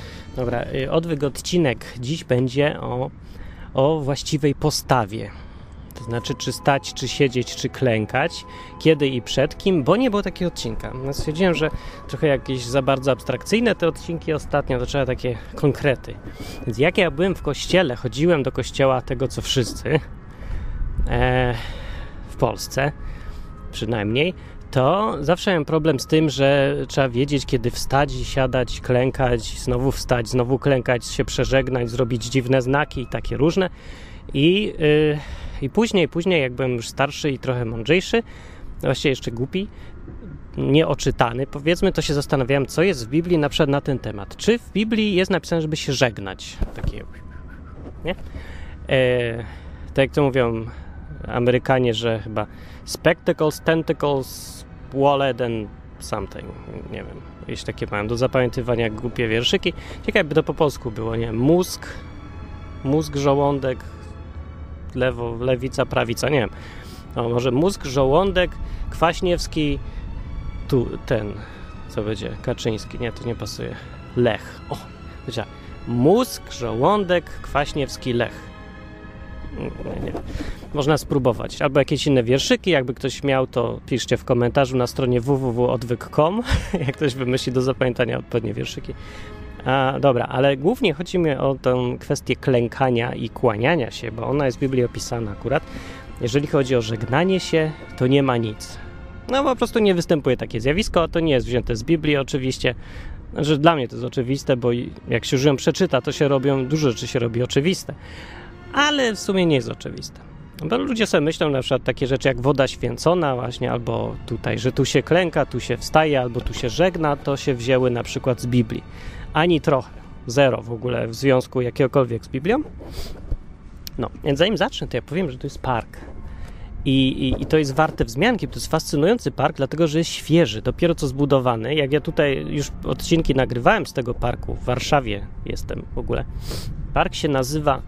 Dobra, odwyk odcinek dziś będzie o właściwej postawie. To znaczy, czy stać, czy siedzieć, czy klękać, kiedy i przed kim, bo nie było takiego odcinka. No, stwierdziłem, że trochę jakieś za bardzo abstrakcyjne te odcinki ostatnio, to trzeba takie konkrety. Więc jak ja byłem w kościele, chodziłem do kościoła tego, co wszyscy, w Polsce przynajmniej, to zawsze miałem problem z tym, że trzeba wiedzieć, kiedy wstać, siadać, klękać, znowu wstać, znowu klękać, się przeżegnać, zrobić dziwne znaki i takie różne. I później, jak byłem już starszy i trochę mądrzejszy, właściwie jeszcze głupi, nieoczytany, powiedzmy, to się zastanawiałem, co jest w Biblii na przykład na ten temat. Czy w Biblii jest napisane, żeby się żegnać? Takie, nie? Tak jak to mówią Amerykanie, że chyba spectacles, tentacles, wallet and something. Nie wiem, jakieś takie mają do zapamiętywania głupie wierszyki. Ciekawe by to po polsku było, nie? Mózg, żołądek, lewica, prawica, nie wiem. O, może mózg, żołądek, Kwaśniewski, tu ten, co będzie, Kaczyński, nie, to nie pasuje. Lech. O, wiecie, mózg, żołądek, Kwaśniewski, Lech. Nie. Można spróbować. Albo jakieś inne wierszyki, jakby ktoś miał, to piszcie w komentarzu na stronie www.odwyk.com, jak ktoś wymyśli do zapamiętania odpowiednie wierszyki. Dobra, ale głównie chodzi mi o tę kwestię klękania i kłaniania się, bo ona jest w Biblii opisana akurat. Jeżeli chodzi o żegnanie się, to nie ma nic. No po prostu nie występuje takie zjawisko, to nie jest wzięte z Biblii oczywiście. Znaczy dla mnie to jest oczywiste, bo jak się już ją przeczyta, to się robią, dużo rzeczy się robi oczywiste. Ale w sumie nie jest oczywiste. Bo ludzie sobie myślą na przykład takie rzeczy jak woda święcona właśnie, albo tutaj, że tu się klęka, tu się wstaje, albo tu się żegna, to się wzięły na przykład z Biblii. Ani trochę. Zero w ogóle w związku jakiegokolwiek z Biblią. No, więc zanim zacznę, to ja powiem, że to jest park. I to jest warte wzmianki, to jest fascynujący park, dlatego że jest świeży, dopiero co zbudowany. Jak ja tutaj już odcinki nagrywałem z tego parku, w Warszawie jestem w ogóle. Park się nazywa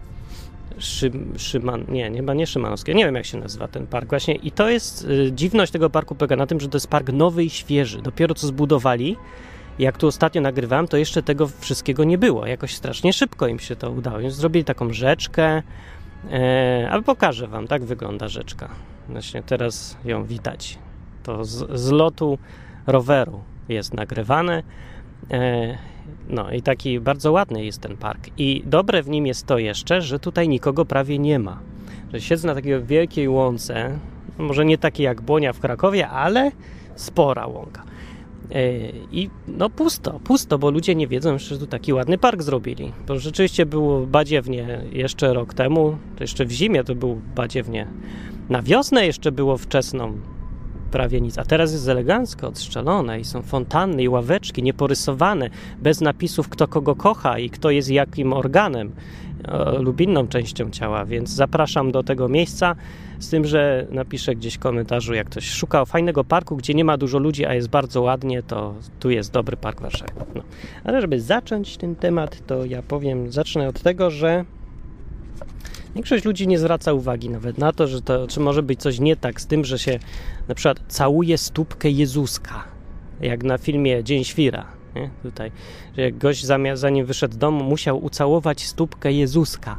chyba nie Szymanowskiego, nie wiem jak się nazywa ten park właśnie i to jest, dziwność tego parku polega na tym, że to jest park nowy i świeży, dopiero co zbudowali. Jak tu ostatnio nagrywałem, to jeszcze tego wszystkiego nie było, jakoś strasznie szybko im się to udało, więc zrobili taką rzeczkę, ale pokażę wam, tak wygląda rzeczka, właśnie teraz ją widać, to z lotu roweru jest nagrywane. No i taki bardzo ładny jest ten park i dobre w nim jest to jeszcze, że tutaj nikogo prawie nie ma, że siedzę na takiej wielkiej łące, może nie takiej jak Błonia w Krakowie, ale spora łąka i no pusto, bo ludzie nie wiedzą, że tu taki ładny park zrobili, bo rzeczywiście było badziewnie jeszcze rok temu, to jeszcze w zimie to było badziewnie, na wiosnę jeszcze było wczesną prawie nic, a teraz jest elegancko odstrzelone i są fontanny i ławeczki nieporysowane, bez napisów kto kogo kocha i kto jest jakim organem lub inną częścią ciała, więc zapraszam do tego miejsca, z tym, że napiszę gdzieś w komentarzu, jak ktoś szuka fajnego parku, gdzie nie ma dużo ludzi, a jest bardzo ładnie, to tu jest dobry park w Warszawie. No. Ale żeby zacząć ten temat, to ja zacznę od tego, że większość ludzi nie zwraca uwagi nawet na to, że czy może być coś nie tak z tym, że się na przykład całuje stópkę Jezuska, jak na filmie Dzień Świra, nie? Tutaj, że jak gość zanim wyszedł z domu, musiał ucałować stópkę Jezuska.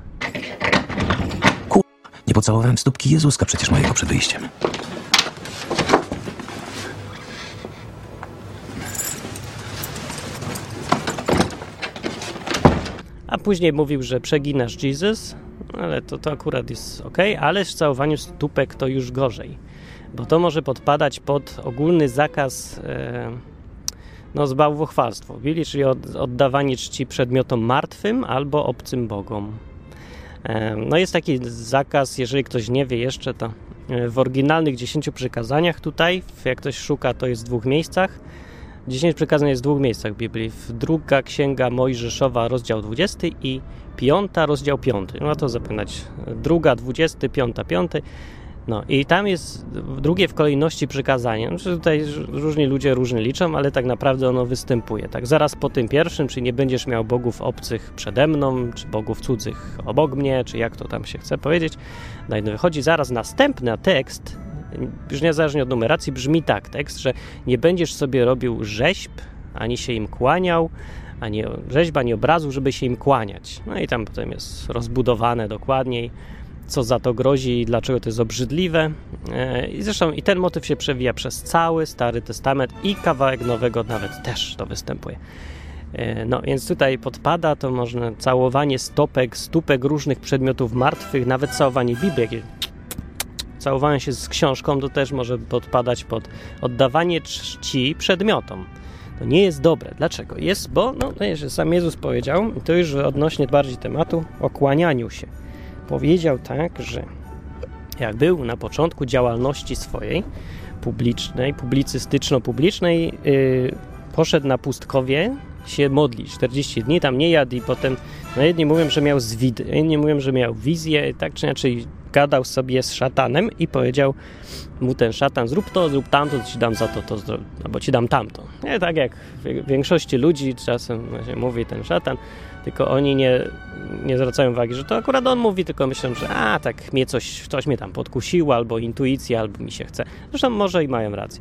Nie pocałowałem stópki Jezuska przecież mojego przed wyjściem. A później mówił, że przeginasz Jesus, ale to akurat jest okej, ale w całowaniu stópek to już gorzej, bo to może podpadać pod ogólny zakaz zbałwochwalstwo, czyli oddawanie czci przedmiotom martwym albo obcym bogom. No jest taki zakaz, jeżeli ktoś nie wie jeszcze, to w oryginalnych 10 przykazaniach tutaj, jak ktoś szuka, to jest w 2 miejscach. 10 przykazań jest w 2 miejscach w Biblii. Druga Księga Mojżeszowa, rozdział 20 i 5, rozdział 5. No to zapamiętać. 2, 20, 5, 5. No i tam jest drugie w kolejności przykazanie. No, tutaj różni ludzie różnie liczą, ale tak naprawdę ono występuje. Tak zaraz po tym pierwszym, czyli nie będziesz miał bogów obcych przede mną, czy bogów cudzych obok mnie, czy jak to tam się chce powiedzieć. No i wychodzi zaraz następny tekst, już niezależnie od numeracji, brzmi tak tekst, że nie będziesz sobie robił rzeźb, ani się im kłaniał, ani rzeźba, ani obrazu, żeby się im kłaniać. No i tam potem jest rozbudowane dokładniej, co za to grozi i dlaczego to jest obrzydliwe. I zresztą i ten motyw się przewija przez cały Stary Testament i kawałek Nowego nawet też to występuje. No więc tutaj podpada to można całowanie stópek różnych przedmiotów martwych, nawet całowanie Biblii. Całowanie się z książką to też może podpadać pod oddawanie czci przedmiotom. To nie jest dobre. Dlaczego? Bo sam Jezus powiedział, to już odnośnie bardziej tematu, o kłanianiu się. Powiedział tak, że jak był na początku działalności swojej publicystyczno-publicznej, poszedł na pustkowie się modlić. 40 dni tam nie jadł i potem, jedni mówią, że miał zwidy, inni mówią, że miał wizję, tak czy inaczej gadał sobie z szatanem i powiedział mu ten szatan, zrób to, zrób tamto, to ci dam za to, albo ci dam tamto. Nie, tak jak w większości ludzi czasem właśnie mówi ten szatan, tylko oni nie zwracają uwagi, że to akurat on mówi, tylko myślą, że tak mnie coś mnie tam podkusiło, albo intuicja, albo mi się chce. Zresztą może i mają rację.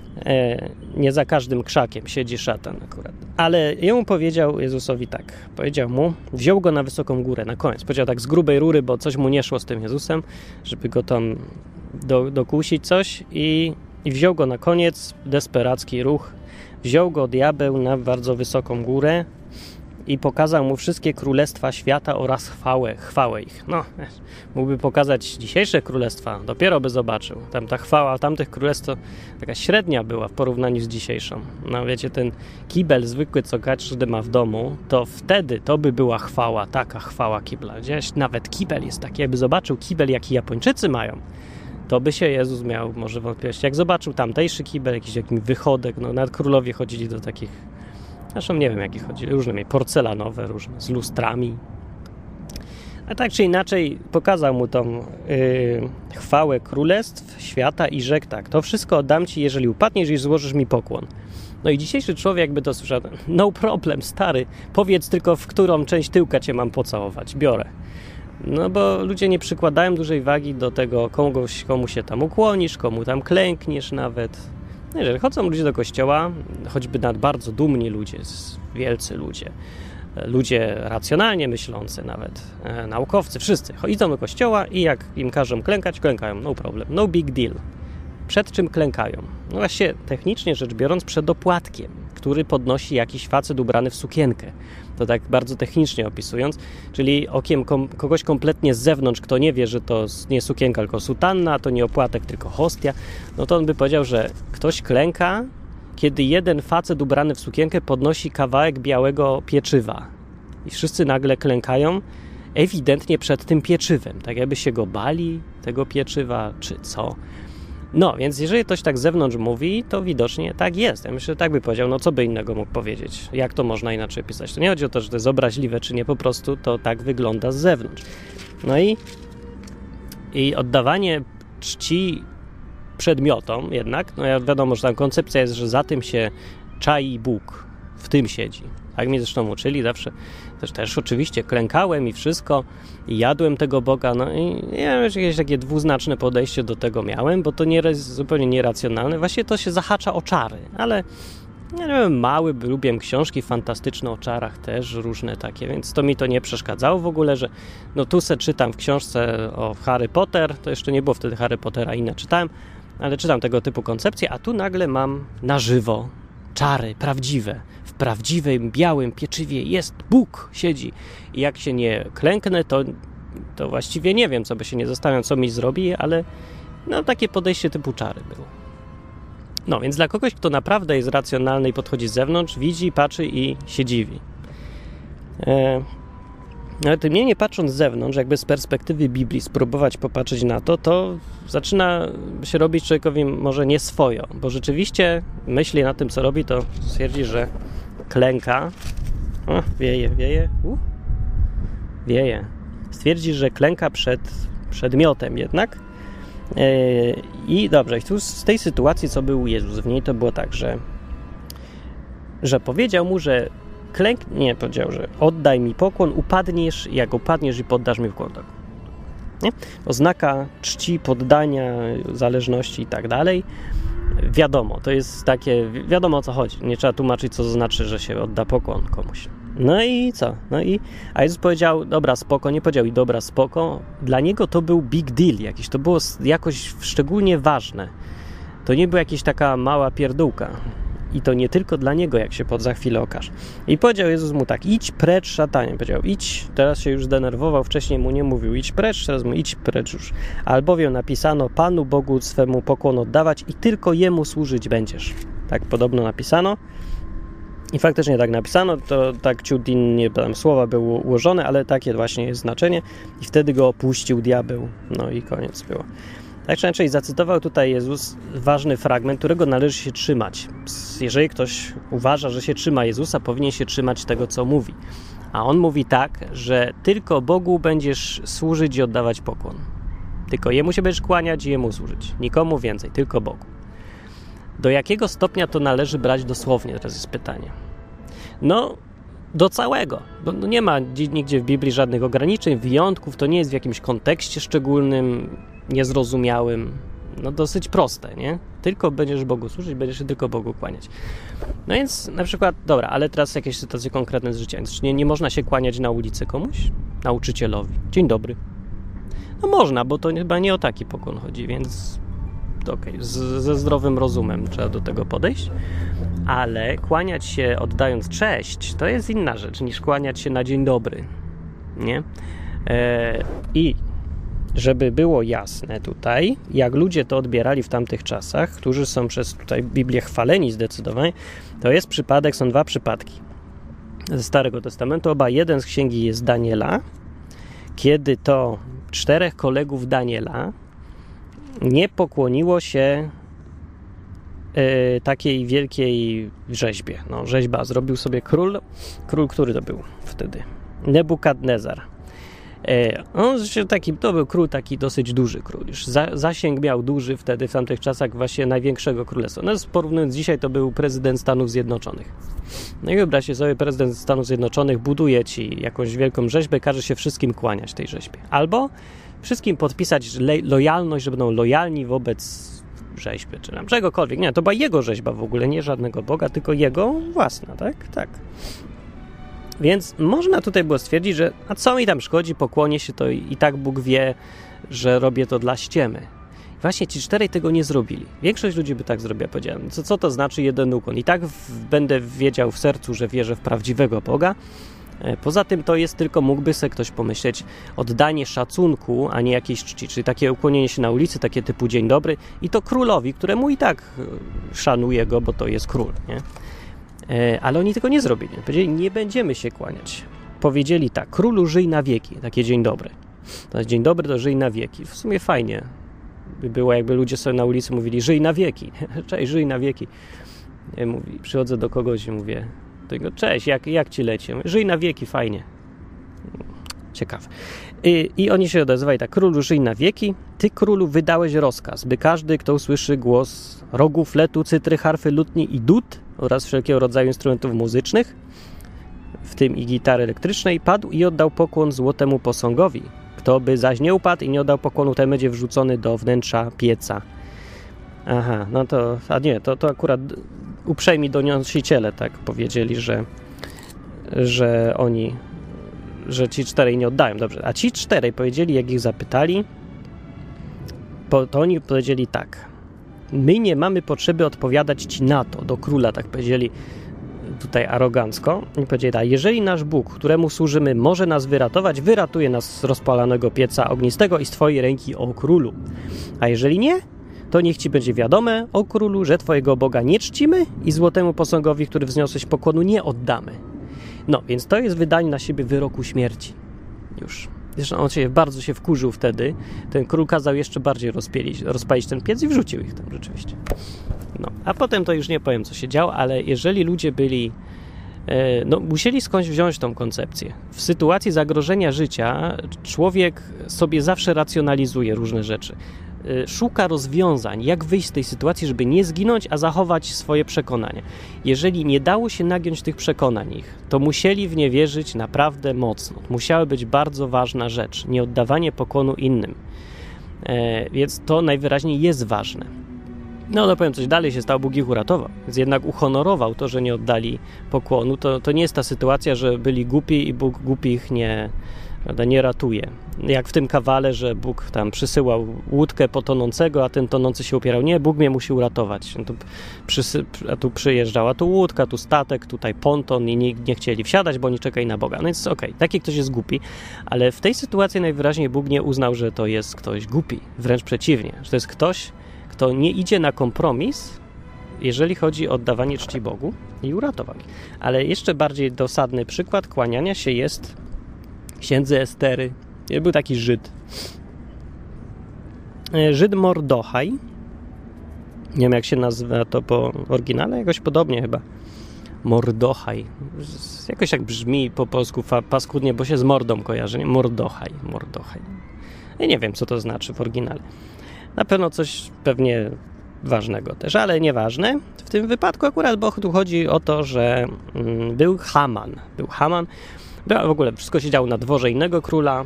Nie za każdym krzakiem siedzi szatan akurat. Ale jemu powiedział Jezusowi tak. Powiedział mu, wziął go na wysoką górę na koniec. Powiedział tak z grubej rury, bo coś mu nie szło z tym Jezusem, żeby go tam dokusić coś i wziął go na koniec, desperacki ruch. Wziął go diabeł na bardzo wysoką górę i pokazał mu wszystkie królestwa świata oraz chwałę ich. Mógłby pokazać dzisiejsze królestwa, dopiero by zobaczył. Tam ta chwała tamtych królestw to taka średnia była w porównaniu z dzisiejszą. Wiecie, ten kibel zwykły, co każdy ma w domu, to wtedy to by była chwała, taka chwała kibla. Gdzieś nawet kibel jest taki, jakby zobaczył kibel, jaki Japończycy mają, to by się Jezus miał może wątpliwości. Jak zobaczył tamtejszy kibel, jakiś wychodek, nawet królowie chodzili do takich. Zresztą nie wiem, jakie chodzili. Różne mieli porcelanowe, różne, z lustrami. A tak czy inaczej pokazał mu tą chwałę królestw, świata i rzekł tak, to wszystko oddam ci, jeżeli upadniesz i złożysz mi pokłon. I dzisiejszy człowiek jakby to słyszał, no problem, stary, powiedz tylko, w którą część tyłka cię mam pocałować, biorę. Bo ludzie nie przykładają dużej wagi do tego, komu się tam ukłonisz, komu tam klękniesz nawet. Jeżeli chodzą ludzie do kościoła, choćby bardzo dumni ludzie, wielcy ludzie racjonalnie myślący nawet, naukowcy, wszyscy idą do kościoła i jak im każą klękać, klękają, no problem, no big deal. Przed czym klękają? Właśnie technicznie rzecz biorąc przed opłatkiem, który podnosi jakiś facet ubrany w sukienkę. To tak bardzo technicznie opisując, czyli okiem kogoś kompletnie z zewnątrz, kto nie wie, że to nie sukienka, tylko sutanna, to nie opłatek, tylko hostia, to on by powiedział, że ktoś klęka, kiedy jeden facet ubrany w sukienkę podnosi kawałek białego pieczywa. I wszyscy nagle klękają, ewidentnie przed tym pieczywem, tak jakby się go bali, tego pieczywa, czy co. Więc jeżeli ktoś tak z zewnątrz mówi, to widocznie tak jest. Ja myślę, że tak by powiedział, co by innego mógł powiedzieć? Jak to można inaczej pisać? To nie chodzi o to, że to jest obraźliwe, czy nie, po prostu to tak wygląda z zewnątrz. I oddawanie czci przedmiotom jednak, wiadomo, że tam koncepcja jest, że za tym się czai Bóg, w tym siedzi. Tak mnie zresztą uczyli zawsze. Też oczywiście klękałem i wszystko i jadłem tego Boga. I ja jakieś takie dwuznaczne podejście do tego miałem, bo to zupełnie nieracjonalne. Właściwie to się zahacza o czary, ale mały, lubię książki fantastyczne o czarach też, różne takie, więc to mi to nie przeszkadzało w ogóle, że tu se czytam w książce o Harry Potter, to jeszcze nie było wtedy Harry Pottera, inne czytałem, ale czytam tego typu koncepcje, a tu nagle mam na żywo czary prawdziwe. W prawdziwym, białym pieczywie jest Bóg, siedzi. I jak się nie klęknę, to właściwie nie wiem, co by się nie zastanawiał, co mi zrobi, ale takie podejście typu czary było. Więc dla kogoś, kto naprawdę jest racjonalny i podchodzi z zewnątrz, widzi, patrzy i się dziwi. Ale tym nie patrząc z zewnątrz, jakby z perspektywy Biblii spróbować popatrzeć na to zaczyna się robić człowiekowi może nie swojo, bo rzeczywiście myśli na tym, co robi, to stwierdzi, że klęka. Wieje. Stwierdzi, że klęka przed przedmiotem jednak. I dobrze, i tu z tej sytuacji, co był Jezus w niej, to było tak, że powiedział mu, że powiedział, że oddaj mi pokłon, upadniesz, jak upadniesz i poddasz mi pokłon. Nie? Oznaka czci, poddania, zależności i tak dalej. Wiadomo, to jest takie, wiadomo o co chodzi. Nie trzeba tłumaczyć, co to znaczy, że się odda pokłon komuś. No i co? A Jezus powiedział, dobra, spoko, nie powiedział i dobra, spoko. Dla niego to był big deal jakiś, to było jakoś szczególnie ważne. To nie była jakaś taka mała pierdółka. I to nie tylko dla niego, jak się za chwilę okaże. I powiedział Jezus mu tak, idź precz, szatanie. Powiedział, idź, teraz się już zdenerwował, wcześniej mu nie mówił, idź precz, teraz mu idź precz już. Albowiem napisano, Panu Bogu swemu pokłon oddawać i tylko Jemu służyć będziesz. Tak podobno napisano. I faktycznie tak napisano, to tak ciut innie tam słowa były ułożone, ale takie właśnie jest znaczenie. I wtedy go opuścił diabeł. No i koniec było. Tak czy inaczej zacytował tutaj Jezus ważny fragment, którego należy się trzymać. Jeżeli ktoś uważa, że się trzyma Jezusa, powinien się trzymać tego, co mówi. A on mówi tak, że tylko Bogu będziesz służyć i oddawać pokłon. Tylko Jemu się będziesz kłaniać i Jemu służyć. Nikomu więcej, tylko Bogu. Do jakiego stopnia to należy brać dosłownie? Teraz jest pytanie. No, do całego. Bo nie ma nigdzie w Biblii żadnych ograniczeń, wyjątków. To nie jest w jakimś kontekście szczególnym, niezrozumiałym. No dosyć proste, nie? Tylko będziesz Bogu służyć, będziesz się tylko Bogu kłaniać. No więc na przykład, dobra, ale teraz jakieś sytuacje konkretne z życia. Więc nie można się kłaniać na ulicy komuś? Nauczycielowi. Dzień dobry. No można, bo to chyba nie o taki pokłon chodzi, więc okej, ze zdrowym rozumem trzeba do tego podejść. Ale kłaniać się oddając cześć, to jest inna rzecz niż kłaniać się na dzień dobry, nie? I żeby było jasne tutaj, jak ludzie to odbierali w tamtych czasach, którzy są przez tutaj Biblię chwaleni zdecydowanie, to jest przypadek, są dwa przypadki ze Starego Testamentu, jeden z księgi jest Daniela, kiedy to 4 kolegów Daniela nie pokłoniło się takiej wielkiej rzeźbie. No, rzeźba zrobił sobie król, który to był wtedy? Nebukadnezar. To był król taki dosyć duży król. Już zasięg miał duży wtedy w tamtych czasach właśnie największego królestwa. No, porównując dzisiaj, to był prezydent Stanów Zjednoczonych. No i wyobraźcie sobie, prezydent Stanów Zjednoczonych buduje ci jakąś wielką rzeźbę, każe się wszystkim kłaniać tej rzeźbie. Albo wszystkim podpisać lojalność, że będą lojalni wobec rzeźby, czy nam czegokolwiek. Nie, to była jego rzeźba w ogóle, nie żadnego Boga, tylko jego własna, tak? Tak. Więc można tutaj było stwierdzić, że a co mi tam szkodzi, pokłonię się, to i tak Bóg wie, że robię to dla ściemy. Właśnie ci 4 tego nie zrobili. Większość ludzi by tak zrobiła, powiedziałem. Co to znaczy jeden ukłon? I tak będę wiedział w sercu, że wierzę w prawdziwego Boga. Poza tym to jest tylko, mógłby sobie ktoś pomyśleć, oddanie szacunku, a nie jakiejś czci, czyli takie ukłonienie się na ulicy, takie typu dzień dobry i to królowi, któremu i tak szanuje go, bo to jest król, nie? Ale oni tego nie zrobili. Powiedzieli, nie będziemy się kłaniać. Powiedzieli tak, królu żyj na wieki, takie dzień dobry. To jest dzień dobry, to żyj na wieki. W sumie fajnie by było, jakby ludzie sobie na ulicy mówili, żyj na wieki. Cześć, żyj na wieki. Przychodzę do kogoś i mówię, cześć, jak ci leci? Żyj na wieki, fajnie. Ciekawe. I oni się odezwali tak, królu żyj na wieki, ty królu wydałeś rozkaz, by każdy, kto usłyszy głos rogu, fletu, cytry, harfy, lutni i dud oraz wszelkiego rodzaju instrumentów muzycznych, w tym i gitary elektrycznej, padł i oddał pokłon złotemu posągowi. Kto by zaś nie upadł i nie oddał pokłonu, ten będzie wrzucony do wnętrza pieca. Aha, no to, a nie, to akurat uprzejmi donosiciele tak powiedzieli, że ci 4 nie oddają. Dobrze, a ci 4 powiedzieli, jak ich zapytali, to oni powiedzieli tak. My nie mamy potrzeby odpowiadać ci na to, do króla, tak powiedzieli tutaj arogancko. I powiedzieli tak, jeżeli nasz Bóg, któremu służymy, może nas wyratować, wyratuje nas z rozpalanego pieca ognistego i z twojej ręki, o królu. A jeżeli nie, to niech ci będzie wiadome, o królu, że twojego Boga nie czcimy i złotemu posągowi, który wzniosłeś pokłonu, nie oddamy. No, więc to jest wydanie na siebie wyroku śmierci. Już. Zresztą on bardzo się wkurzył wtedy. Ten król kazał jeszcze bardziej rozpalić ten piec i wrzucił ich tam rzeczywiście. No, a potem to już nie powiem, co się działo, ale jeżeli ludzie byli... musieli skądś wziąć tą koncepcję. W sytuacji zagrożenia życia człowiek sobie zawsze racjonalizuje różne rzeczy. Szuka rozwiązań, jak wyjść z tej sytuacji, żeby nie zginąć, a zachować swoje przekonania. Jeżeli nie dało się nagiąć tych przekonań ich, to musieli w nie wierzyć naprawdę mocno. Musiała być bardzo ważna rzecz, nieoddawanie pokłonu innym. Więc to najwyraźniej jest ważne. No to powiem coś dalej się stało, Bóg ich uratował. Więc jednak uhonorował to, że nie oddali pokłonu. To nie jest ta sytuacja, że byli głupi i Bóg głupich nie ratuje. Jak w tym kawale, że Bóg tam przysyłał łódkę po tonącego, a ten tonący się upierał. Nie, Bóg mnie musi uratować. A tu przyjeżdżała tu łódka, tu statek, tutaj ponton i nie chcieli wsiadać, bo oni czekali na Boga. No więc okej, taki ktoś jest głupi, ale w tej sytuacji najwyraźniej Bóg nie uznał, że to jest ktoś głupi. Wręcz przeciwnie, że to jest ktoś, kto nie idzie na kompromis, jeżeli chodzi o oddawanie czci Bogu i uratował ich. Ale jeszcze bardziej dosadny przykład kłaniania się jest w księdze Estery. Był taki Żyd. Żyd Mordochaj. Nie wiem, jak się nazywa to po oryginale, jakoś podobnie chyba. Mordochaj. Jakoś tak brzmi po polsku paskudnie, bo się z mordą kojarzy. Nie? Mordochaj. Nie wiem, co to znaczy w oryginale. Na pewno coś pewnie ważnego też, ale nieważne. W tym wypadku akurat, bo tu chodzi o to, że był Haman. W ogóle wszystko się działo na dworze innego króla,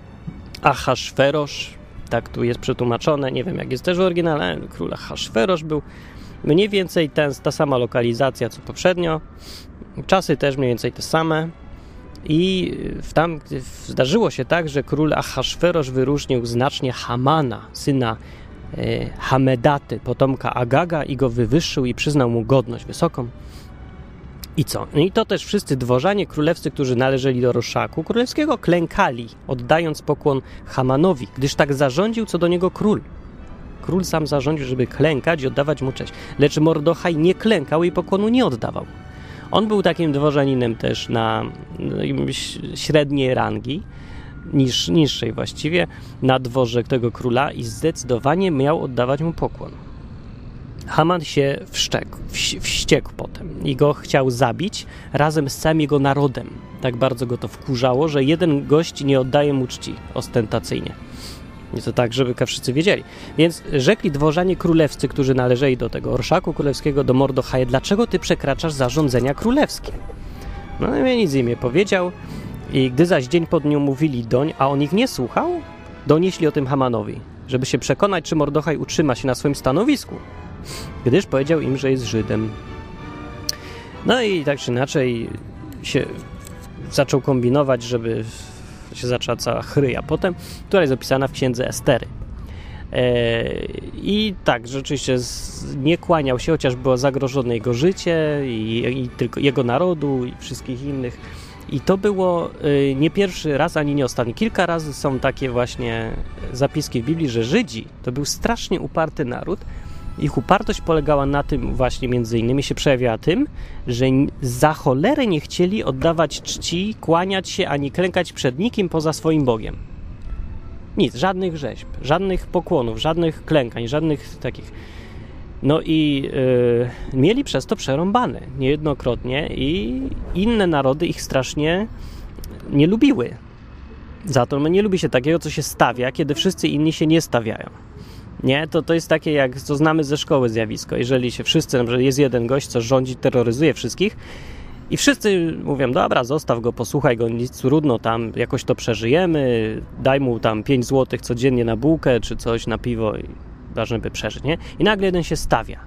Ahasferosz, tak tu jest przetłumaczone, nie wiem jak jest też w oryginale, ale król Ahasferosz był. Mniej więcej ta sama lokalizacja co poprzednio, czasy też mniej więcej te same. I tam zdarzyło się tak, że król Ahasferosz wyróżnił znacznie Hamana, syna Hamedaty, potomka Agaga, i go wywyższył i przyznał mu godność wysoką. I co? No i to też wszyscy dworzanie królewscy, którzy należeli do Roszaku królewskiego, klękali, oddając pokłon Hamanowi, gdyż tak zarządził co do niego król. Król sam zarządził, żeby klękać i oddawać mu cześć. Lecz Mordochaj nie klękał i pokłonu nie oddawał. On był takim dworzaninem też na średniej rangi, niższej właściwie, na dworze tego króla i zdecydowanie miał oddawać mu pokłon. Haman się wściekł potem i go chciał zabić razem z całym jego narodem. Tak bardzo go to wkurzało, że jeden gość nie oddaje mu czci ostentacyjnie. I to tak, żeby wszyscy wiedzieli. Więc rzekli dworzanie królewscy, którzy należeli do tego orszaku królewskiego, do Mordochaja: dlaczego ty przekraczasz zarządzenia królewskie? No i nic im nie powiedział. I gdy zaś dzień po dniu mówili doń, a on ich nie słuchał, donieśli o tym Hamanowi, żeby się przekonać, czy Mordochaj utrzyma się na swoim stanowisku, gdyż powiedział im, że jest Żydem. No i tak czy inaczej się zaczął kombinować, żeby się zaczęła cała chryja potem, która jest opisana w księdze Estery. I tak, rzeczywiście nie kłaniał się, chociaż było zagrożone jego życie i tylko jego narodu i wszystkich innych. I to było nie pierwszy raz, ani nie ostatni. Kilka razy są takie właśnie zapiski w Biblii, że Żydzi to był strasznie uparty naród. Ich upartość polegała na tym właśnie, między innymi się przejawiała tym, że za cholerę nie chcieli oddawać czci, kłaniać się, ani klękać przed nikim poza swoim Bogiem. Nic, żadnych rzeźb, żadnych pokłonów, żadnych klękań, żadnych takich. No i mieli przez to przerąbane niejednokrotnie i inne narody ich strasznie nie lubiły. Za to nie lubi się takiego, co się stawia, kiedy wszyscy inni się nie stawiają. Nie, to jest takie, jak co znamy ze szkoły zjawisko. Jeżeli się wszyscy, że jest jeden gość, co rządzi, terroryzuje wszystkich i wszyscy mówią: dobra, zostaw go, posłuchaj go, nic trudno, tam jakoś to przeżyjemy, daj mu tam 5 złotych codziennie na bułkę czy coś, na piwo i ważne, by przeżyć, nie? I nagle jeden się stawia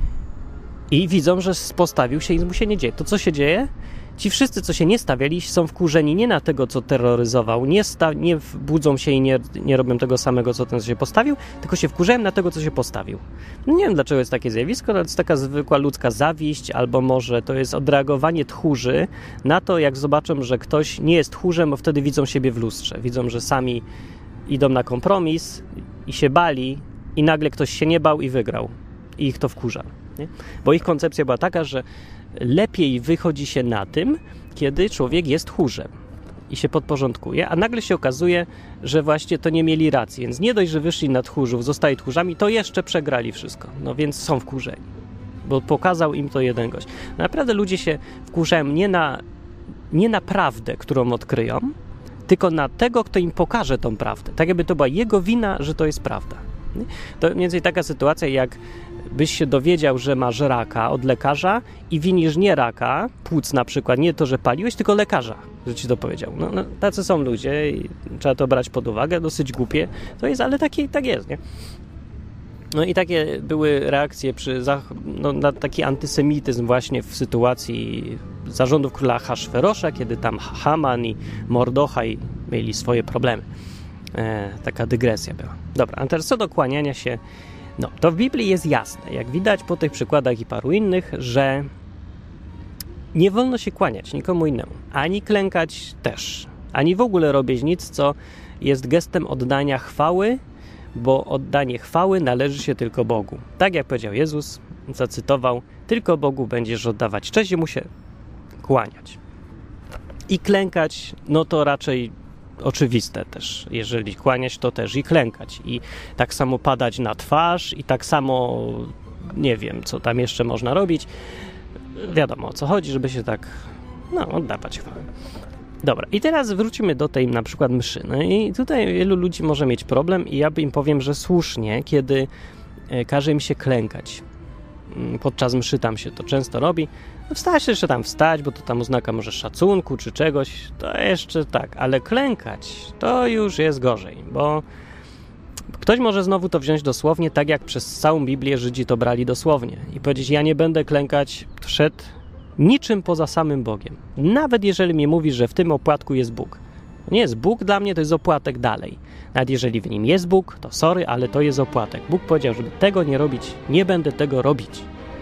i widzą, że postawił się i nic mu się nie dzieje. To co się dzieje? Ci wszyscy, co się nie stawiali, są wkurzeni nie na tego, co terroryzował, nie budzą się i nie robią tego samego, co ten, co się postawił, tylko się wkurzają na tego, co się postawił. No nie wiem, dlaczego jest takie zjawisko, ale to jest taka zwykła ludzka zawiść, albo może to jest odreagowanie tchórzy na to, jak zobaczą, że ktoś nie jest tchórzem, bo wtedy widzą siebie w lustrze. Widzą, że sami idą na kompromis i się bali i nagle ktoś się nie bał i wygrał. I ich to wkurza. Nie? Bo ich koncepcja była taka, że lepiej wychodzi się na tym, kiedy człowiek jest tchórzem i się podporządkuje, a nagle się okazuje, że właśnie to nie mieli racji. Więc nie dość, że wyszli na tchórzów, zostali tchórzami, to jeszcze przegrali wszystko. No więc są wkurzeni, bo pokazał im to jeden gość. Naprawdę ludzie się wkurzają nie na prawdę, którą odkryją, tylko na tego, kto im pokaże tą prawdę. Tak jakby to była jego wina, że to jest prawda. Nie? To mniej więcej taka sytuacja, jak byś się dowiedział, że masz raka od lekarza i winisz nie raka, płuc na przykład, nie to, że paliłeś, tylko lekarza, że ci to powiedział. No, tacy są ludzie i trzeba to brać pod uwagę, dosyć głupie to jest, ale tak jest, nie? No i takie były reakcje na taki antysemityzm właśnie w sytuacji zarządów króla Ahasferosza, kiedy tam Haman i Mordochaj mieli swoje problemy. Taka dygresja była. Dobra, a teraz co do kłaniania się, no to w Biblii jest jasne, jak widać po tych przykładach i paru innych, że nie wolno się kłaniać nikomu innemu, ani klękać też, ani w ogóle robić nic, co jest gestem oddania chwały, bo oddanie chwały należy się tylko Bogu. Tak jak powiedział Jezus, zacytował, tylko Bogu będziesz oddawać cześć i mu się kłaniać. I klękać, no to raczej oczywiste też. Jeżeli kłaniać, to też i klękać. I tak samo padać na twarz i tak samo, nie wiem, co tam jeszcze można robić. Wiadomo, o co chodzi, żeby się tak, oddawać chwałę. Dobra, i teraz wrócimy do tej na przykład mszy. No i tutaj wielu ludzi może mieć problem i ja im powiem, że słusznie, kiedy każe im się klękać. Podczas mszy tam się to często robi. Wstać jeszcze tam wstać, bo to tam oznaka może szacunku czy czegoś, to jeszcze tak, ale klękać to już jest gorzej, bo ktoś może znowu to wziąć dosłownie, tak jak przez całą Biblię Żydzi to brali dosłownie i powiedzieć, ja nie będę klękać przed niczym poza samym Bogiem. Nawet jeżeli mi mówisz, że w tym opłatku jest Bóg. To nie jest Bóg dla mnie, to jest opłatek dalej. Nawet jeżeli w nim jest Bóg, to sorry, ale to jest opłatek. Bóg powiedział, żeby tego nie robić, nie będę tego robić.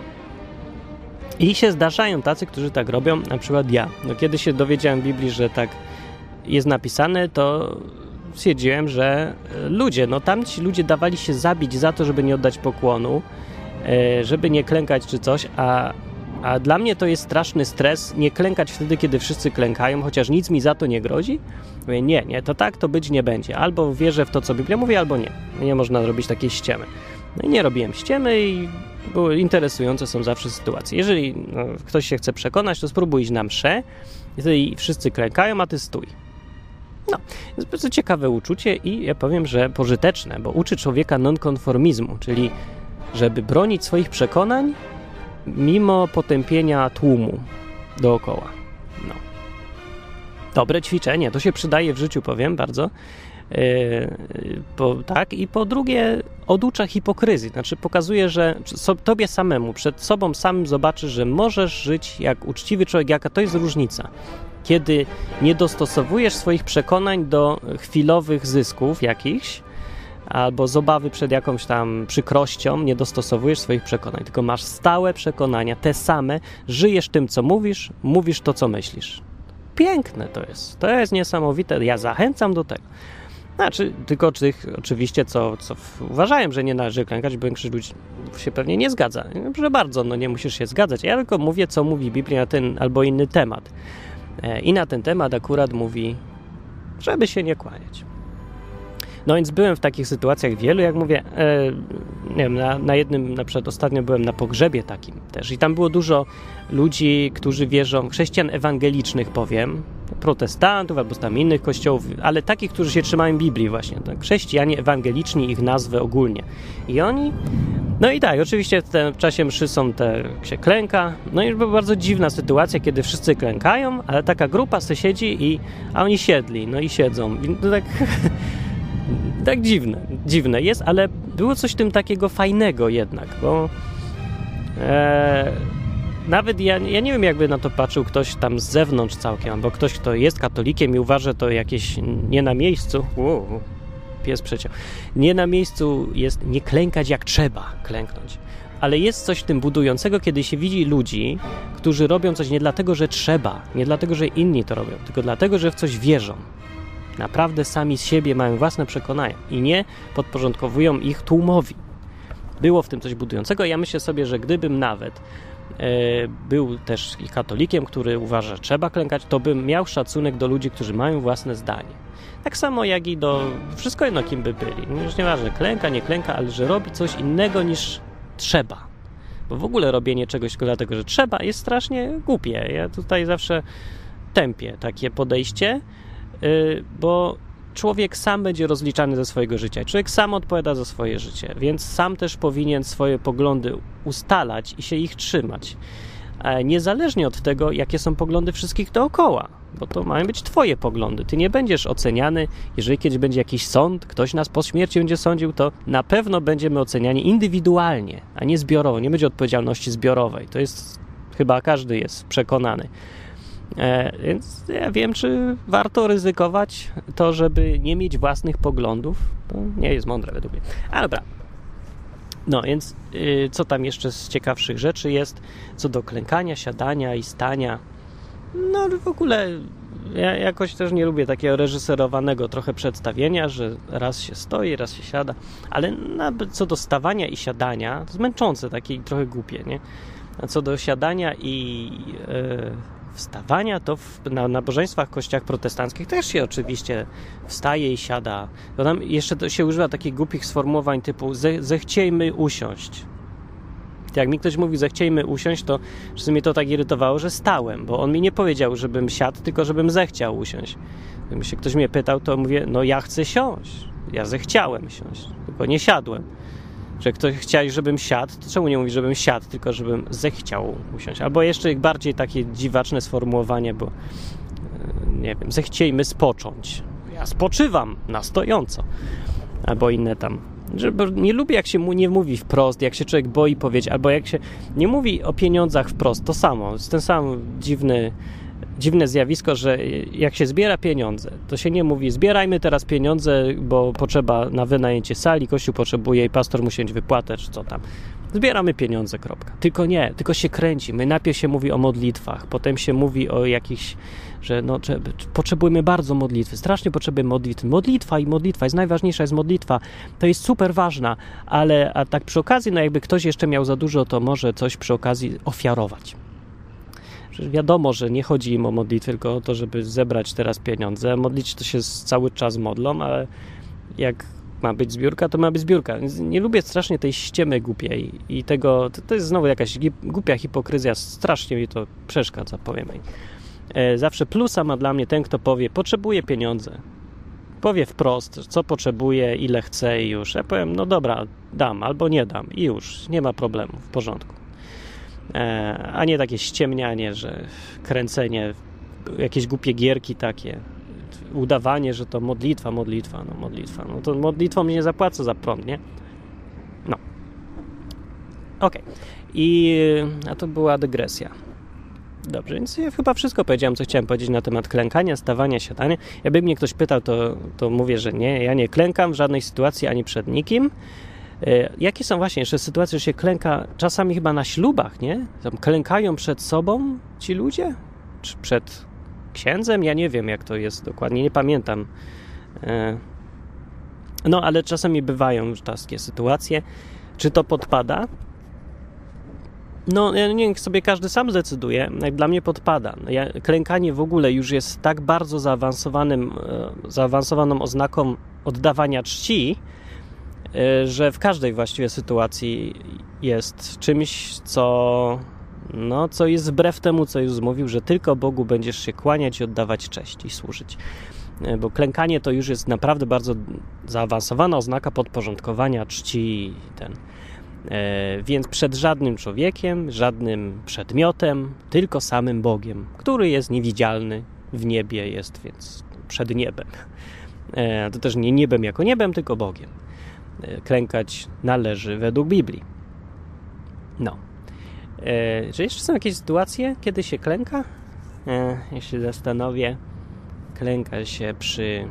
I się zdarzają tacy, którzy tak robią, na przykład ja. No, kiedy się dowiedziałem w Biblii, że tak jest napisane, to stwierdziłem, że tamci ludzie dawali się zabić za to, żeby nie oddać pokłonu, żeby nie klękać czy coś, a dla mnie to jest straszny stres nie klękać wtedy, kiedy wszyscy klękają, chociaż nic mi za to nie grozi. Mówię, nie, to tak to być nie będzie. Albo wierzę w to, co Biblia mówi, albo nie. Nie można robić takiej ściemy. No i nie robiłem ściemy i były interesujące są zawsze sytuacje. Jeżeli ktoś się chce przekonać, to spróbuj iść na mszę, jeżeli wszyscy klękają, a ty stój. No, jest bardzo ciekawe uczucie i ja powiem, że pożyteczne, bo uczy człowieka nonkonformizmu, czyli żeby bronić swoich przekonań mimo potępienia tłumu dookoła. No. Dobre ćwiczenie, to się przydaje w życiu, powiem bardzo. Tak, i po drugie oducza hipokryzji, znaczy pokazuje, że tobie samemu, przed sobą samym zobaczysz, że możesz żyć jak uczciwy człowiek, jaka to jest różnica. Kiedy nie dostosowujesz swoich przekonań do chwilowych zysków jakichś, albo z obawy przed jakąś tam przykrością, nie dostosowujesz swoich przekonań, tylko masz stałe przekonania, te same, żyjesz tym, co mówisz to, co myślisz. Piękne to jest niesamowite, ja zachęcam do tego. Znaczy, tylko tych oczywiście, co uważają, że nie należy klękać, bo większość ludzi się pewnie nie zgadza. Że bardzo, nie musisz się zgadzać. Ja tylko mówię, co mówi Biblia na ten albo inny temat. I na ten temat akurat mówi, żeby się nie kłaniać. No więc byłem w takich sytuacjach wielu, jak mówię, nie wiem, na jednym, na przykład ostatnio byłem na pogrzebie takim też i tam było dużo ludzi, którzy wierzą, chrześcijan ewangelicznych powiem, protestantów albo tam innych kościołów, ale takich, którzy się trzymają Biblii właśnie, tak? Chrześcijanie ewangeliczni, ich nazwy ogólnie. I oni, no i tak, oczywiście w czasie mszy się klęka, no i była bardzo dziwna sytuacja, kiedy wszyscy klękają, ale taka grupa se siedzi a oni siedli, no i siedzą. I to tak... Tak dziwne jest, ale było coś w tym takiego fajnego jednak, bo nawet ja nie wiem, jakby na to patrzył ktoś tam z zewnątrz całkiem, albo ktoś, kto jest katolikiem i uważa, że to jakieś nie na miejscu, pies przeciął, nie na miejscu jest nie klękać jak trzeba klęknąć, ale jest coś w tym budującego, kiedy się widzi ludzi, którzy robią coś nie dlatego, że trzeba, nie dlatego, że inni to robią, tylko dlatego, że w coś wierzą. Naprawdę sami z siebie mają własne przekonania i nie podporządkowują ich tłumowi. Było w tym coś budującego. Ja myślę sobie, że gdybym nawet był też i katolikiem, który uważa, że trzeba klękać, to bym miał szacunek do ludzi, którzy mają własne zdanie. Tak samo jak i do... Wszystko jedno, kim by byli. Już nieważne, klęka, nie klęka, ale że robi coś innego niż trzeba. Bo w ogóle robienie czegoś tylko dlatego, że trzeba, jest strasznie głupie. Ja tutaj zawsze tępię takie podejście, bo człowiek sam będzie rozliczany ze swojego życia. Człowiek sam odpowiada za swoje życie, więc sam też powinien swoje poglądy ustalać i się ich trzymać. Niezależnie od tego, jakie są poglądy wszystkich dookoła. bo to mają być twoje poglądy. Ty nie będziesz oceniany, jeżeli kiedyś będzie jakiś sąd, ktoś nas po śmierci będzie sądził, to na pewno będziemy oceniani indywidualnie, a nie zbiorowo. Nie będzie odpowiedzialności zbiorowej. To jest, chyba każdy jest przekonany. Więc ja wiem, czy warto ryzykować to, żeby nie mieć własnych poglądów. To nie jest mądre według mnie. Ale dobra. No więc co tam jeszcze z ciekawszych rzeczy jest, co do klękania, siadania i stania. No w ogóle ja jakoś też nie lubię takiego reżyserowanego trochę przedstawienia, że raz się stoi, raz się siada, ale co do stawania i siadania, to jest męczące, takie i trochę głupie, nie? A co do siadania i wstawania, to na nabożeństwach w kościołach protestanckich też się oczywiście wstaje i siada. To tam jeszcze to się używa takich głupich sformułowań typu zechciejmy usiąść. Jak mi ktoś mówi zechciejmy usiąść, to czasem mnie to tak irytowało, że stałem, bo on mi nie powiedział, żebym siadł, tylko żebym zechciał usiąść. Gdyby się ktoś mnie pytał, to mówię, no ja chcę siąść. Ja zechciałem siąść, tylko nie siadłem. Że ktoś chciał, żebym siadł, to czemu nie mówi, żebym siadł, tylko żebym zechciał usiąść? Albo jeszcze bardziej takie dziwaczne sformułowanie, bo nie wiem, zechciejmy spocząć. Ja spoczywam na stojąco. Albo inne tam. Nie lubię, jak się nie mówi wprost, jak się człowiek boi powiedzieć, albo jak się nie mówi o pieniądzach wprost, to samo. Jest ten sam dziwne zjawisko, że jak się zbiera pieniądze, to się nie mówi zbierajmy teraz pieniądze, bo potrzeba na wynajęcie sali, kościół potrzebuje i pastor musi mieć wypłatę, czy co tam. Zbieramy pieniądze, kropka. Tylko nie, tylko się kręci. Najpierw się mówi o modlitwach, potem się mówi o jakichś, że potrzebujemy bardzo modlitwy, strasznie potrzebujemy modlitwy. Modlitwa jest najważniejsza, jest modlitwa. To jest super ważna, a tak przy okazji, jakby ktoś jeszcze miał za dużo, to może coś przy okazji ofiarować. Że wiadomo, że nie chodzi im o modlitwę, tylko o to, żeby zebrać teraz pieniądze. Modlić to się cały czas modlą, ale jak ma być zbiórka, to ma być zbiórka. Nie lubię strasznie tej ściemy głupiej i tego, to jest znowu jakaś głupia hipokryzja, strasznie mi to przeszkadza, powiem jej. Zawsze plusa ma dla mnie ten, kto powie, potrzebuje pieniądze. Powie wprost, co potrzebuje, ile chce i już. Ja powiem, no dobra, dam albo nie dam i już, nie ma problemu, w porządku. A nie takie ściemnianie, że kręcenie, jakieś głupie gierki takie, udawanie, że to modlitwa, no to modlitwą mnie nie zapłacę za prąd, nie? No. Okej. A to była dygresja. Dobrze, więc ja chyba wszystko powiedziałem, co chciałem powiedzieć na temat klękania, stawania, siadania. Jakby mnie ktoś pytał, to mówię, że nie, ja nie klękam w żadnej sytuacji ani przed nikim. Jakie są właśnie jeszcze sytuacje, że się klęka czasami chyba na ślubach, nie? Tam klękają przed sobą ci ludzie? Czy przed księdzem? Ja nie wiem, jak to jest dokładnie, nie pamiętam. No, ale czasami bywają już takie sytuacje. Czy to podpada? No, niech sobie każdy sam zdecyduje. Jak dla mnie podpada. Klękanie w ogóle już jest tak bardzo zaawansowaną oznaką oddawania czci, że w każdej właściwie sytuacji jest czymś, co jest wbrew temu, co Jezus mówił, że tylko Bogu będziesz się kłaniać i oddawać cześć i służyć. Bo klękanie to już jest naprawdę bardzo zaawansowana oznaka podporządkowania czci. Więc przed żadnym człowiekiem, żadnym przedmiotem, tylko samym Bogiem, który jest niewidzialny, w niebie jest, więc przed niebem. To też nie niebem jako niebem, tylko Bogiem. Klękać należy według Biblii. No. Czy jeszcze są jakieś sytuacje, kiedy się klęka? Ja się zastanowię. Klęka się przy...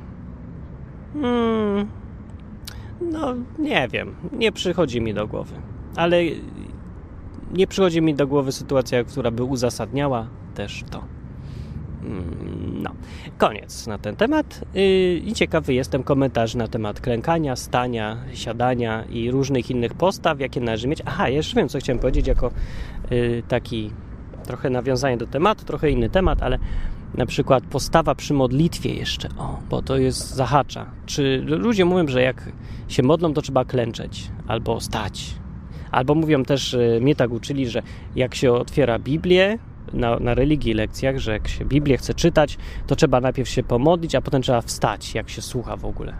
No, nie wiem. Nie przychodzi mi do głowy. Ale nie przychodzi mi do głowy sytuacja, która by uzasadniała też to. No, koniec na ten temat i ciekawy jestem komentarzy na temat klękania, stania, siadania i różnych innych postaw, jakie należy mieć. Aha, jeszcze wiem, co chciałem powiedzieć jako taki trochę nawiązanie do tematu, trochę inny temat, ale na przykład postawa przy modlitwie jeszcze, bo to jest zahacza. Czy ludzie mówią, że jak się modlą, to trzeba klęczeć albo stać. Albo mówią też, mnie tak uczyli, że jak się otwiera Biblię, na religii lekcjach, że jak się Biblię chce czytać, to trzeba najpierw się pomodlić, a potem trzeba wstać, jak się słucha w ogóle.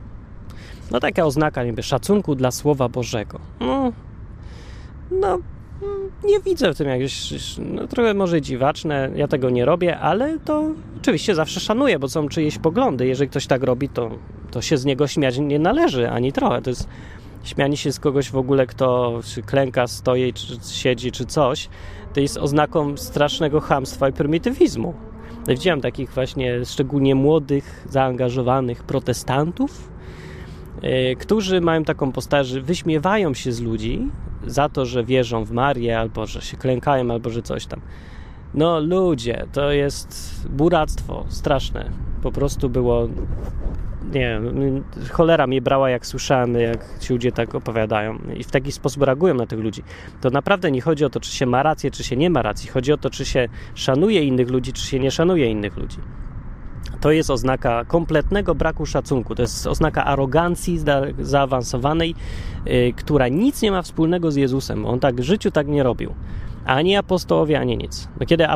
No taka oznaka niby szacunku dla Słowa Bożego. No nie widzę w tym jakieś, trochę może dziwaczne, ja tego nie robię, ale to oczywiście zawsze szanuję, bo są czyjeś poglądy. Jeżeli ktoś tak robi, to się z niego śmiać nie należy ani trochę. To jest śmianie się z kogoś w ogóle, kto czy klęka, stoi, czy siedzi, czy coś, to jest oznaką strasznego chamstwa i prymitywizmu. Widziałem takich właśnie szczególnie młodych, zaangażowanych protestantów, którzy mają taką postawę, że wyśmiewają się z ludzi za to, że wierzą w Marię, albo że się klękają, albo że coś tam. No ludzie, to jest buractwo straszne. Po prostu było, nie wiem, cholera mnie brała, jak słyszałem, jak ci ludzie tak opowiadają i w taki sposób reagują na tych ludzi. To naprawdę nie chodzi o to, czy się ma rację, czy się nie ma racji. Chodzi o to, czy się szanuje innych ludzi, czy się nie szanuje innych ludzi. To jest oznaka kompletnego braku szacunku. To jest oznaka arogancji zaawansowanej, która nic nie ma wspólnego z Jezusem. On tak w życiu tak nie robił. Ani apostołowie, ani nic. No, kiedy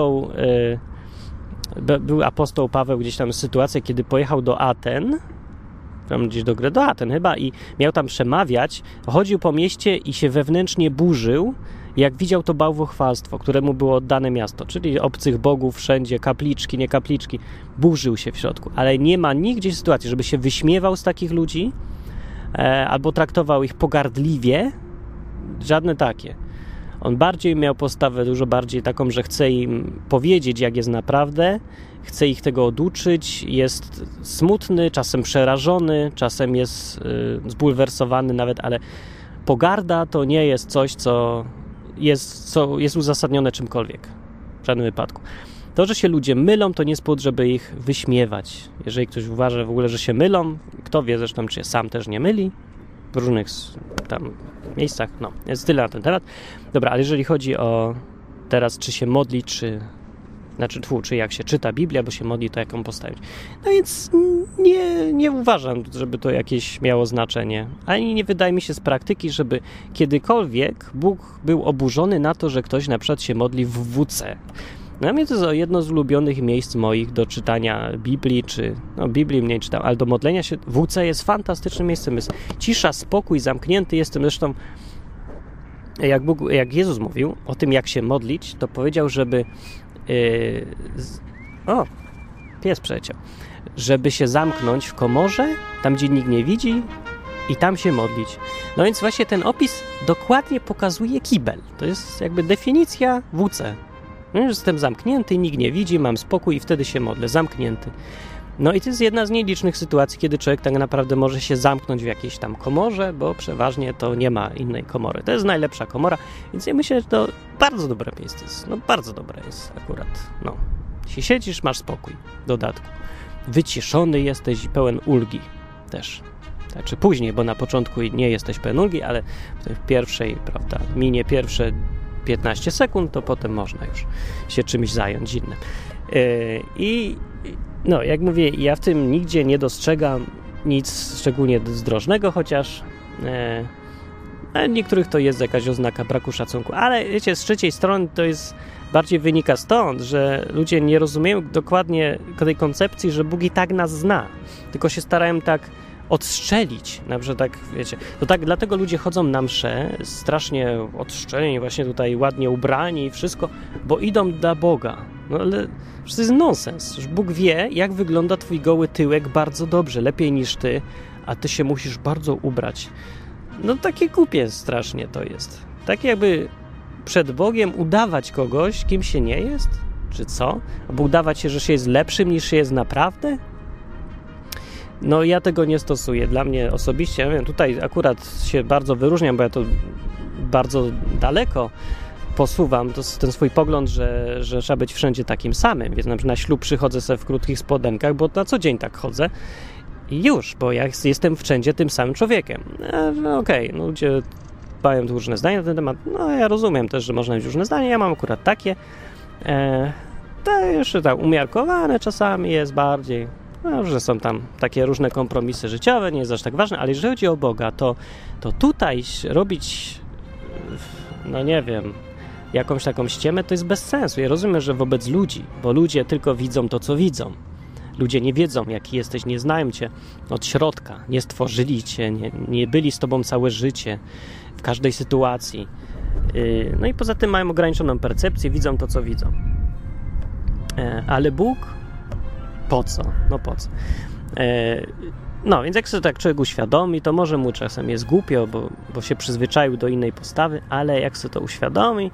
był apostoł Paweł gdzieś tam sytuacja, kiedy pojechał do Aten, tam gdzieś do Aten chyba, i miał tam przemawiać, chodził po mieście i się wewnętrznie burzył, jak widział to bałwochwalstwo, któremu było oddane miasto, czyli obcych bogów wszędzie, kapliczki, nie kapliczki, burzył się w środku, ale nie ma nigdzie sytuacji, żeby się wyśmiewał z takich ludzi, albo traktował ich pogardliwie, żadne takie. On bardziej miał postawę dużo bardziej taką, że chce im powiedzieć, jak jest naprawdę, chce ich tego oduczyć, jest smutny, czasem przerażony, czasem jest zbulwersowany nawet, ale pogarda to nie jest coś, co jest uzasadnione czymkolwiek, w żadnym wypadku. To, że się ludzie mylą, to nie jest powód, żeby ich wyśmiewać. Jeżeli ktoś uważa w ogóle, że się mylą, kto wie zresztą, czy się sam też nie myli, w różnych tam miejscach, no, jest tyle na ten temat. Dobra, ale jeżeli chodzi o teraz, czy się modli, czy jak się czyta Biblię, bo się modli, to jak ją postawić. No więc nie uważam, żeby to jakieś miało znaczenie. Ani nie wydaje mi się z praktyki, żeby kiedykolwiek Bóg był oburzony na to, że ktoś na przykład się modli w WC. Dla mnie to jest jedno z ulubionych miejsc moich do czytania Biblii, czy Biblii mniej czytam, ale do modlenia się. WC jest fantastycznym miejscem. Jest cisza, spokój, zamknięty jestem. Zresztą jak Jezus mówił o tym, jak się modlić, to powiedział, żeby pies przeciął. Żeby się zamknąć w komorze, tam gdzie nikt nie widzi, i tam się modlić. No więc właśnie ten opis dokładnie pokazuje kibel. To jest jakby definicja WC. No, jestem zamknięty, nikt nie widzi, mam spokój i wtedy się modlę. Zamknięty. No i to jest jedna z nielicznych sytuacji, kiedy człowiek tak naprawdę może się zamknąć w jakiejś tam komorze, bo przeważnie to nie ma innej komory. To jest najlepsza komora, więc ja myślę, że to bardzo dobre miejsce jest. No bardzo dobre jest akurat. No. Jeśli siedzisz, masz spokój. W dodatku. Wyciszony jesteś i pełen ulgi też. Znaczy później, bo na początku nie jesteś pełen ulgi, ale w pierwszej, prawda, minie pierwsze 15 sekund, to potem można już się czymś zająć innym. No, jak mówię, ja w tym nigdzie nie dostrzegam nic szczególnie zdrożnego, chociaż niektórych to jest jakaś oznaka braku szacunku. Ale wiecie, z trzeciej strony to jest bardziej wynika stąd, że ludzie nie rozumieją dokładnie tej koncepcji, że Bóg i tak nas zna, tylko się starają tak odstrzelić, na przykład tak, wiecie, to tak dlatego ludzie chodzą na msze, strasznie odszczeleni, właśnie tutaj ładnie ubrani i wszystko, bo idą dla Boga. No ale to jest nonsens. Bóg wie, jak wygląda twój goły tyłek bardzo dobrze, lepiej niż ty, a ty się musisz bardzo ubrać. No takie głupie strasznie to jest. Tak jakby przed Bogiem udawać kogoś, kim się nie jest? Czy co? Albo udawać się, że się jest lepszym niż się jest naprawdę? No ja tego nie stosuję. Dla mnie osobiście, ja wiem, tutaj akurat się bardzo wyróżniam, bo ja to bardzo daleko posuwam ten swój pogląd, że trzeba być wszędzie takim samym. Więc na przykład na ślub przychodzę sobie w krótkich spodenkach, bo na co dzień tak chodzę i już, bo ja jestem wszędzie tym samym człowiekiem. No okej, no ludzie mają różne zdania na ten temat. No ja rozumiem też, że można mieć różne zdania. Ja mam akurat takie. To jeszcze tak umiarkowane czasami jest bardziej. No, że są tam takie różne kompromisy życiowe, nie jest aż tak ważne, ale jeżeli chodzi o Boga, to tutaj robić, no nie wiem, jakąś taką ściemę, to jest bez sensu. Ja rozumiem, że wobec ludzi, bo ludzie tylko widzą to, co widzą. Ludzie nie wiedzą, jaki jesteś, nie znają cię od środka, nie stworzyli cię, nie byli z tobą całe życie, w każdej sytuacji. No i poza tym mają ograniczoną percepcję, widzą to, co widzą. Ale Bóg? Po co? No po co? No, więc jak sobie tak człowiek uświadomi, to może mu czasem jest głupio, bo się przyzwyczaił do innej postawy, ale jak sobie to uświadomi,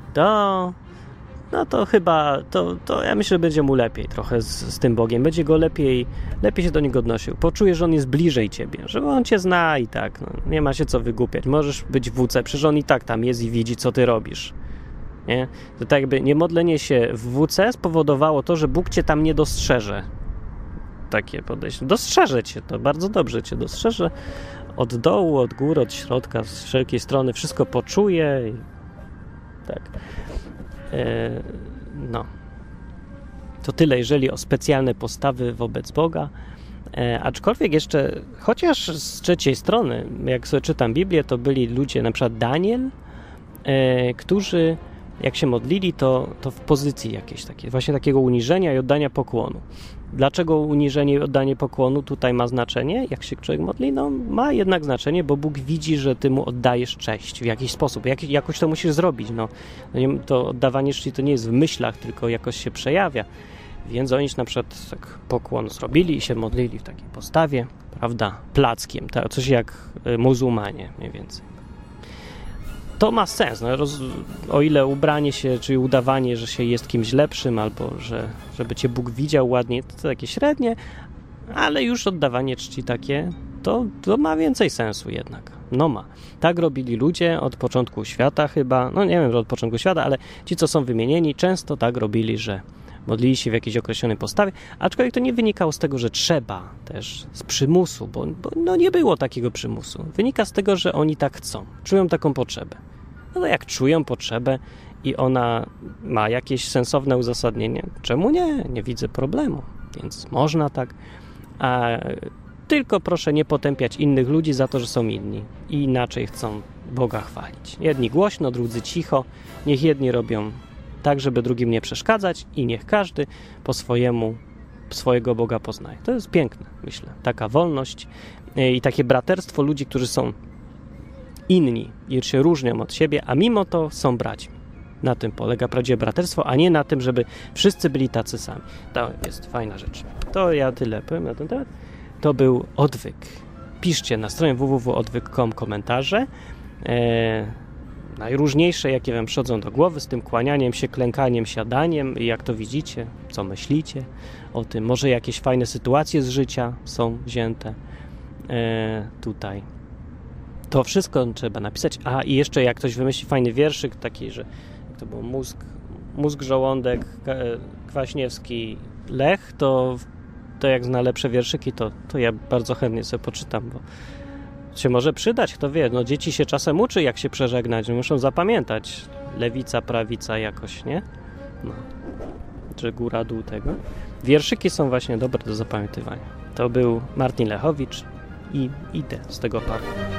to chyba, to ja myślę, że będzie mu lepiej trochę z tym Bogiem. Będzie go lepiej się do niego odnosił. Poczuje, że on jest bliżej ciebie, że on cię zna i tak, no, nie ma się co wygłupiać. Możesz być w WC, przecież on i tak tam jest i widzi, co ty robisz. Nie? To tak jakby niemodlenie się w WC spowodowało to, że Bóg cię tam nie dostrzeże. Takie podejście. Dostrzeże cię to, bardzo dobrze cię dostrzeże. Od dołu, od góry, od środka, z wszelkiej strony wszystko poczuje. I tak. No. To tyle, jeżeli o specjalne postawy wobec Boga. Aczkolwiek jeszcze, chociaż z trzeciej strony, jak sobie czytam Biblię, to byli ludzie, na przykład Daniel, którzy jak się modlili, to w pozycji jakiejś takiej, właśnie takiego uniżenia i oddania pokłonu. Dlaczego uniżenie i oddanie pokłonu tutaj ma znaczenie? Jak się człowiek modli? No ma jednak znaczenie, bo Bóg widzi, że ty mu oddajesz cześć w jakiś sposób. Jakoś to musisz zrobić. No, to oddawanie czci to nie jest w myślach, tylko jakoś się przejawia. Więc oni na przykład tak pokłon zrobili i się modlili w takiej postawie, prawda, plackiem, coś jak muzułmanie mniej więcej. To ma sens, no, o ile ubranie się, czy udawanie, że się jest kimś lepszym, albo żeby cię Bóg widział ładnie, to takie średnie, ale już oddawanie czci takie, to ma więcej sensu jednak. No ma. Tak robili ludzie od początku świata chyba, no nie wiem, że od początku świata, ale ci, co są wymienieni, często tak robili, że modlili się w jakiejś określonej postawie, aczkolwiek to nie wynikało z tego, że trzeba też, z przymusu, bo no nie było takiego przymusu. Wynika z tego, że oni tak chcą, czują taką potrzebę. No to jak czują potrzebę i ona ma jakieś sensowne uzasadnienie, czemu nie? Nie widzę problemu, więc można tak. A tylko proszę nie potępiać innych ludzi za to, że są inni i inaczej chcą Boga chwalić. Jedni głośno, drudzy cicho, niech jedni robią tak, żeby drugim nie przeszkadzać i niech każdy po swojemu swojego Boga poznaje. To jest piękne, myślę. Taka wolność i takie braterstwo ludzi, którzy są inni i się różnią od siebie, a mimo to są braćmi. Na tym polega prawdziwe braterstwo, a nie na tym, żeby wszyscy byli tacy sami. To jest fajna rzecz. To ja tyle powiem na ten temat. To był odwyk. Piszcie na stronie www.odwyk.com komentarze. Najróżniejsze, jakie wam przychodzą do głowy, z tym kłanianiem się, klękaniem, siadaniem i jak to widzicie, co myślicie o tym. Może jakieś fajne sytuacje z życia są wzięte tutaj. To wszystko trzeba napisać. A i jeszcze jak ktoś wymyśli fajny wierszyk taki, że jak to był mózg, żołądek, Kwaśniewski, Lech, to jak zna lepsze wierszyki, to ja bardzo chętnie sobie poczytam, bo się może przydać, kto wie. No dzieci się czasem uczy, jak się przeżegnać, muszą zapamiętać lewica, prawica jakoś, nie? No. Czy góra, dół tego. Wierszyki są właśnie dobre do zapamiętywania. To był Martin Lechowicz i idę z tego parku.